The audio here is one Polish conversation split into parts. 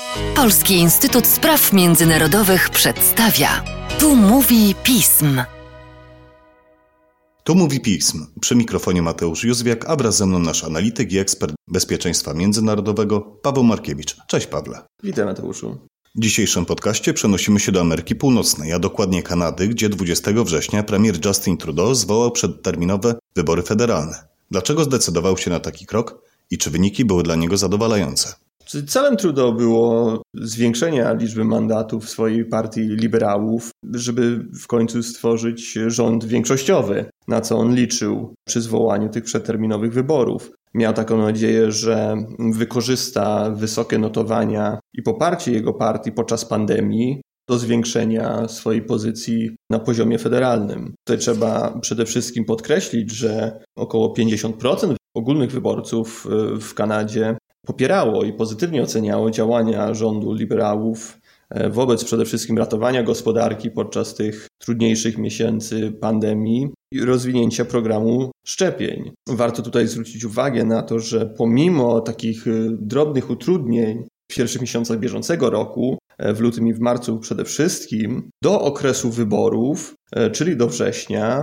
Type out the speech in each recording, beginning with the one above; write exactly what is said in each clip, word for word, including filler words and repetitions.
Polski Instytut Spraw Międzynarodowych przedstawia. Tu mówi pism. Tu mówi pism. Przy mikrofonie Mateusz Józwiak, a wraz ze mną nasz analityk i ekspert bezpieczeństwa międzynarodowego Paweł Markiewicz. Cześć Pawle. Witam Mateuszu. W dzisiejszym podcaście przenosimy się do Ameryki Północnej, a dokładnie Kanady, gdzie dwudziestego września premier Justin Trudeau zwołał przedterminowe wybory federalne. Dlaczego zdecydował się na taki krok i czy wyniki były dla niego zadowalające? Celem Trudeau było zwiększenie liczby mandatów swojej partii liberałów, żeby w końcu stworzyć rząd większościowy, na co on liczył przy zwołaniu tych przedterminowych wyborów. Miał taką nadzieję, że wykorzysta wysokie notowania i poparcie jego partii podczas pandemii do zwiększenia swojej pozycji na poziomie federalnym. Tutaj trzeba przede wszystkim podkreślić, że około pięćdziesiąt procent ogólnych wyborców w Kanadzie popierało i pozytywnie oceniało działania rządu liberałów wobec przede wszystkim ratowania gospodarki podczas tych trudniejszych miesięcy pandemii i rozwinięcia programu szczepień. Warto tutaj zwrócić uwagę na to, że pomimo takich drobnych utrudnień w pierwszych miesiącach bieżącego roku, w lutym i w marcu przede wszystkim, do okresu wyborów, czyli do września,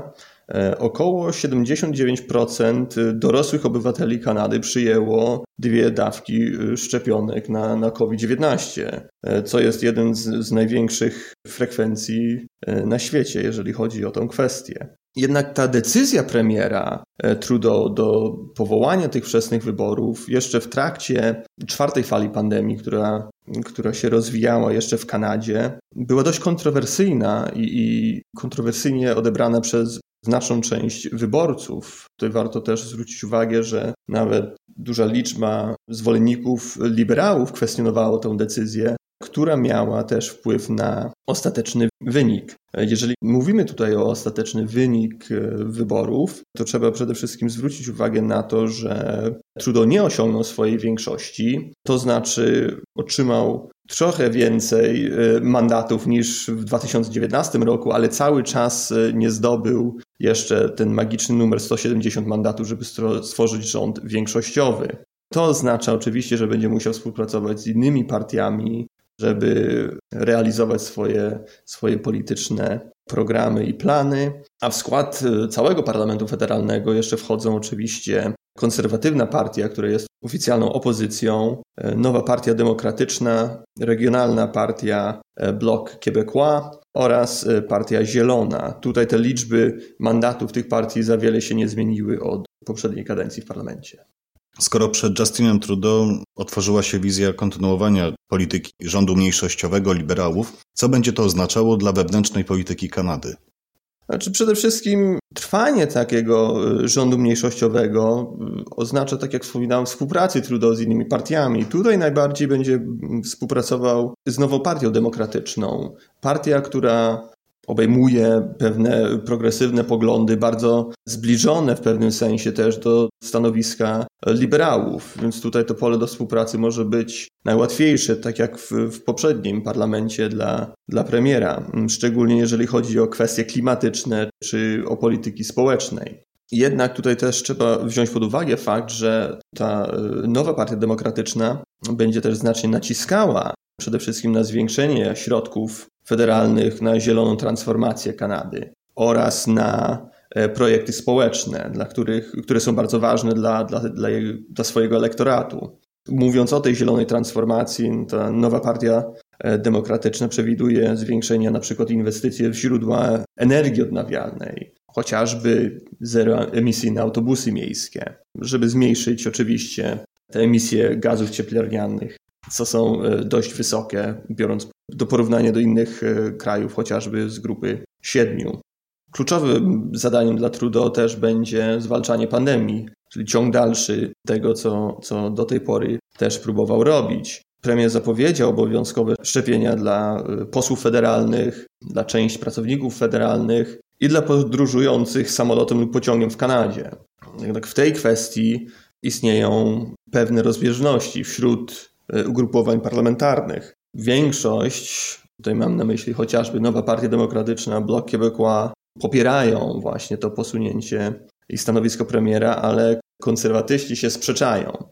około siedemdziesiąt dziewięć procent dorosłych obywateli Kanady przyjęło dwie dawki szczepionek na, na COVID dziewiętnaście, co jest jeden z, z największych frekwencji na świecie, jeżeli chodzi o tę kwestię. Jednak ta decyzja premiera Trudeau do powołania tych wczesnych wyborów jeszcze w trakcie czwartej fali pandemii, która, która się rozwijała jeszcze w Kanadzie, była dość kontrowersyjna i, i kontrowersyjnie odebrana przez znaczną część wyborców. Tutaj warto też zwrócić uwagę, że nawet duża liczba zwolenników liberałów kwestionowało tę decyzję, która miała też wpływ na ostateczny wynik. Jeżeli mówimy tutaj o ostateczny wynik wyborów, to trzeba przede wszystkim zwrócić uwagę na to, że Trudeau nie osiągnął swojej większości, to znaczy otrzymał trochę więcej mandatów niż w dwa tysiące dziewiętnastym roku, ale cały czas nie zdobył jeszcze ten magiczny numer sto siedemdziesiąt mandatów, żeby stworzyć rząd większościowy. To oznacza oczywiście, że będzie musiał współpracować z innymi partiami, żeby realizować swoje, swoje polityczne programy i plany, a w skład całego Parlamentu Federalnego jeszcze wchodzą oczywiście konserwatywna partia, która jest oficjalną opozycją, Nowa Partia Demokratyczna, Regionalna Partia Bloc Québécois oraz Partia Zielona. Tutaj te liczby mandatów tych partii za wiele się nie zmieniły od poprzedniej kadencji w parlamencie. Skoro przed Justinem Trudeau otworzyła się wizja kontynuowania polityki rządu mniejszościowego liberałów, co będzie to oznaczało dla wewnętrznej polityki Kanady? Znaczy przede wszystkim trwanie takiego rządu mniejszościowego oznacza, tak jak wspominałem, współpracę Trudeau z innymi partiami. Tutaj najbardziej będzie współpracował z Nową Partią Demokratyczną. Partia, która obejmuje pewne progresywne poglądy, bardzo zbliżone w pewnym sensie też do stanowiska liberałów. Więc tutaj to pole do współpracy może być najłatwiejsze, tak jak w, w poprzednim parlamencie dla, dla premiera, szczególnie jeżeli chodzi o kwestie klimatyczne czy o polityki społecznej. Jednak tutaj też trzeba wziąć pod uwagę fakt, że ta Nowa Partia Demokratyczna będzie też znacznie naciskała przede wszystkim na zwiększenie środków federalnych na zieloną transformację Kanady oraz na projekty społeczne, dla których, które są bardzo ważne dla, dla, dla, dla swojego elektoratu. Mówiąc o tej zielonej transformacji, ta Nowa Partia Demokratyczna przewiduje zwiększenie na przykład inwestycji w źródła energii odnawialnej, chociażby zeroemisyjne autobusy miejskie, żeby zmniejszyć oczywiście te emisje gazów cieplarnianych, co są dość wysokie, biorąc do porównania do innych krajów, chociażby z grupy siedmiu. Kluczowym zadaniem dla Trudeau też będzie zwalczanie pandemii, czyli ciąg dalszy tego, co, co do tej pory też próbował robić. Premier zapowiedział obowiązkowe szczepienia dla posłów federalnych, dla części pracowników federalnych i dla podróżujących samolotem lub pociągiem w Kanadzie. Jednak w tej kwestii istnieją pewne rozbieżności wśród ugrupowań parlamentarnych. Większość, tutaj mam na myśli chociażby Nowa Partia Demokratyczna, Bloc Québécois, popierają właśnie to posunięcie i stanowisko premiera, ale konserwatyści się sprzeczają.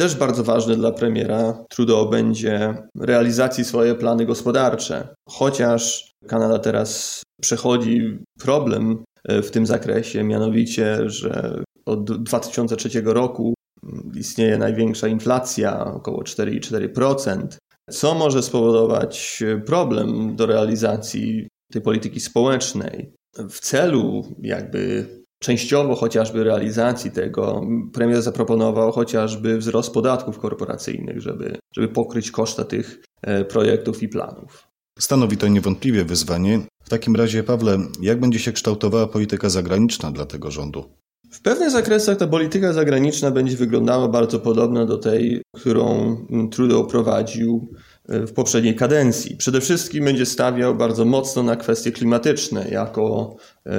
Też bardzo ważne dla premiera Trudeau będzie realizacji swoje plany gospodarcze. Chociaż Kanada teraz przechodzi problem w tym zakresie, mianowicie, że od dwa tysiące trzeciego roku istnieje największa inflacja, około cztery przecinek cztery procent, co może spowodować problem do realizacji tej polityki społecznej. W celu jakby częściowo chociażby realizacji tego premier zaproponował chociażby wzrost podatków korporacyjnych, żeby, żeby pokryć koszta tych projektów i planów. Stanowi to niewątpliwie wyzwanie. W takim razie, Pawle, jak będzie się kształtowała polityka zagraniczna dla tego rządu? W pewnych zakresach ta polityka zagraniczna będzie wyglądała bardzo podobna do tej, którą Trudeau prowadził w poprzedniej kadencji. Przede wszystkim będzie stawiał bardzo mocno na kwestie klimatyczne jako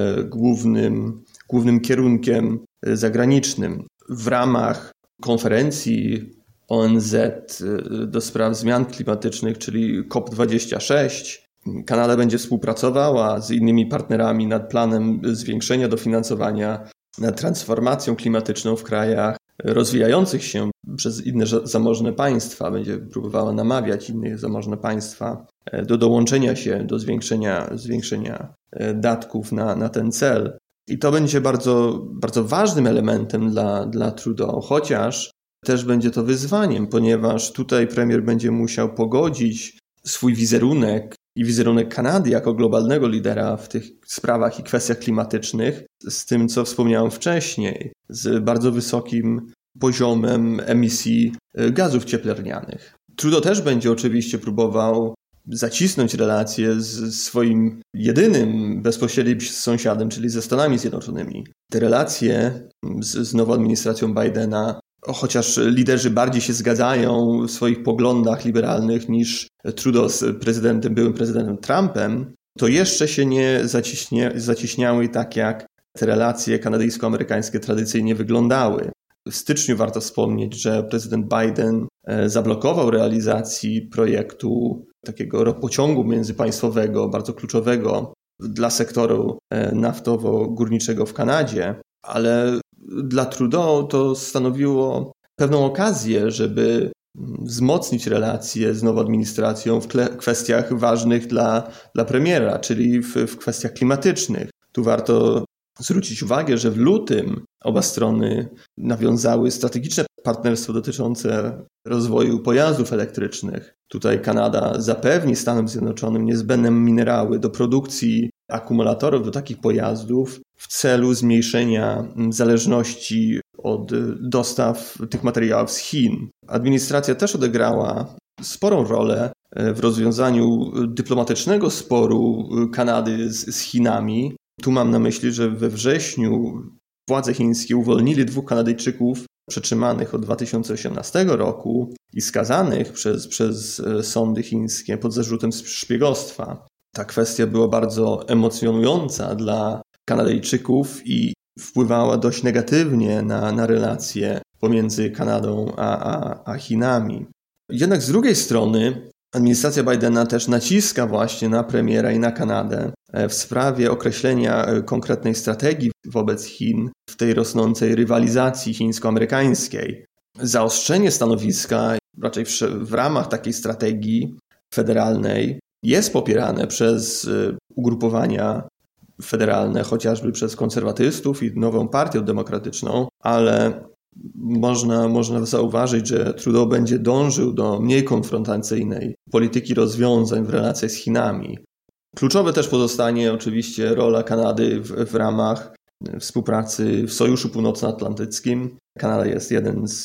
głównym, głównym kierunkiem zagranicznym. W ramach konferencji O N Z do spraw zmian klimatycznych, czyli COP dwadzieścia sześć, Kanada będzie współpracowała z innymi partnerami nad planem zwiększenia dofinansowania nad transformacją klimatyczną w krajach rozwijających się przez inne zamożne państwa. Będzie próbowała namawiać inne zamożne państwa do dołączenia się do zwiększenia, zwiększenia datków na, na ten cel. I to będzie bardzo, bardzo ważnym elementem dla, dla Trudeau, chociaż też będzie to wyzwaniem, ponieważ tutaj premier będzie musiał pogodzić swój wizerunek i wizerunek Kanady jako globalnego lidera w tych sprawach i kwestiach klimatycznych z tym, co wspomniałem wcześniej, z bardzo wysokim poziomem emisji gazów cieplarnianych. Trudeau też będzie oczywiście próbował zacisnąć relacje z swoim jedynym bezpośrednim sąsiadem, czyli ze Stanami Zjednoczonymi. Te relacje z, z nową administracją Bidena, chociaż liderzy bardziej się zgadzają w swoich poglądach liberalnych niż Trudeau z prezydentem, byłym prezydentem Trumpem, to jeszcze się nie zaciśnie, zaciśniały tak, jak te relacje kanadyjsko-amerykańskie tradycyjnie wyglądały. W styczniu warto wspomnieć, że prezydent Biden zablokował realizacji projektu takiego ropociągu międzypaństwowego, bardzo kluczowego dla sektoru naftowo-górniczego w Kanadzie, ale dla Trudeau to stanowiło pewną okazję, żeby wzmocnić relacje z nową administracją w kwestiach ważnych dla, dla premiera, czyli w, w kwestiach klimatycznych. Tu warto zwrócić uwagę, że w lutym oba strony nawiązały strategiczne partnerstwo dotyczące rozwoju pojazdów elektrycznych. Tutaj Kanada zapewni Stanom Zjednoczonym niezbędne minerały do produkcji akumulatorów do takich pojazdów w celu zmniejszenia zależności od dostaw tych materiałów z Chin. Administracja też odegrała sporą rolę w rozwiązaniu dyplomatycznego sporu Kanady z, z Chinami. Tu mam na myśli, że we wrześniu władze chińskie uwolnili dwóch Kanadyjczyków przetrzymanych od dwa tysiące osiemnastego roku i skazanych przez, przez sądy chińskie pod zarzutem szpiegostwa. Ta kwestia była bardzo emocjonująca dla Kanadyjczyków i wpływała dość negatywnie na, na relacje pomiędzy Kanadą a, a, a Chinami. Jednak z drugiej strony administracja Bidena też naciska właśnie na premiera i na Kanadę w sprawie określenia konkretnej strategii wobec Chin w tej rosnącej rywalizacji chińsko-amerykańskiej. Zaostrzenie stanowiska raczej w, w ramach takiej strategii federalnej jest popierane przez ugrupowania federalne, chociażby przez konserwatystów i Nową Partię Demokratyczną, ale można, można zauważyć, że Trudeau będzie dążył do mniej konfrontacyjnej polityki rozwiązań w relacjach z Chinami. Kluczowe też pozostanie oczywiście rola Kanady w, w ramach współpracy w Sojuszu Północnoatlantyckim. Kanada jest jeden z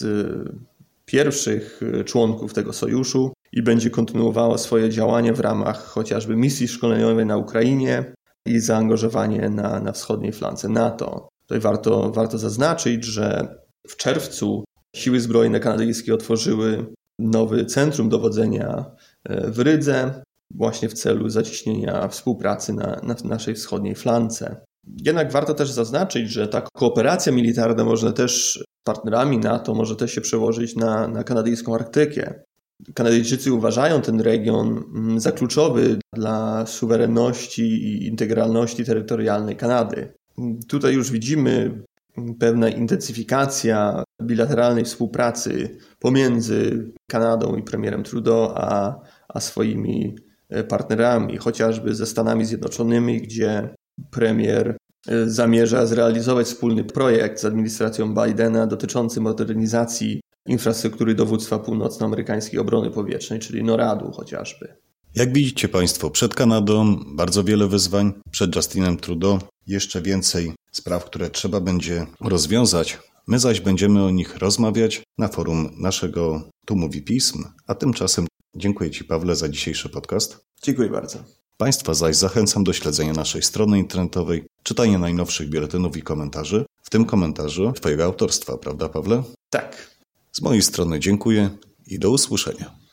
pierwszych członków tego sojuszu i będzie kontynuowała swoje działania w ramach chociażby misji szkoleniowej na Ukrainie i zaangażowanie na, na wschodniej flance NATO. Tutaj warto, warto zaznaczyć, że w czerwcu siły zbrojne kanadyjskie otworzyły nowy centrum dowodzenia w Rydze, właśnie w celu zacieśnienia współpracy na, na naszej wschodniej flance. Jednak warto też zaznaczyć, że ta kooperacja militarna może też partnerami NATO może też się przełożyć na, na kanadyjską Arktykę. Kanadyjczycy uważają ten region za kluczowy dla suwerenności i integralności terytorialnej Kanady. Tutaj już widzimy pewna intensyfikacja bilateralnej współpracy pomiędzy Kanadą i premierem Trudeau a, a swoimi partnerami, chociażby ze Stanami Zjednoczonymi, gdzie premier zamierza zrealizować wspólny projekt z administracją Bidena dotyczący modernizacji infrastruktury dowództwa północnoamerykańskiej obrony powietrznej, czyli noradu chociażby. Jak widzicie Państwo, przed Kanadą bardzo wiele wyzwań, przed Justinem Trudeau jeszcze więcej spraw, które trzeba będzie rozwiązać. My zaś będziemy o nich rozmawiać na forum naszego Tu Mówi Pism, a tymczasem dziękuję Ci, Pawle, za dzisiejszy podcast. Dziękuję bardzo. Państwa zaś zachęcam do śledzenia naszej strony internetowej, czytania najnowszych biuletynów i komentarzy, w tym komentarzu Twojego autorstwa, prawda, Pawle? Tak. Z mojej strony dziękuję i do usłyszenia.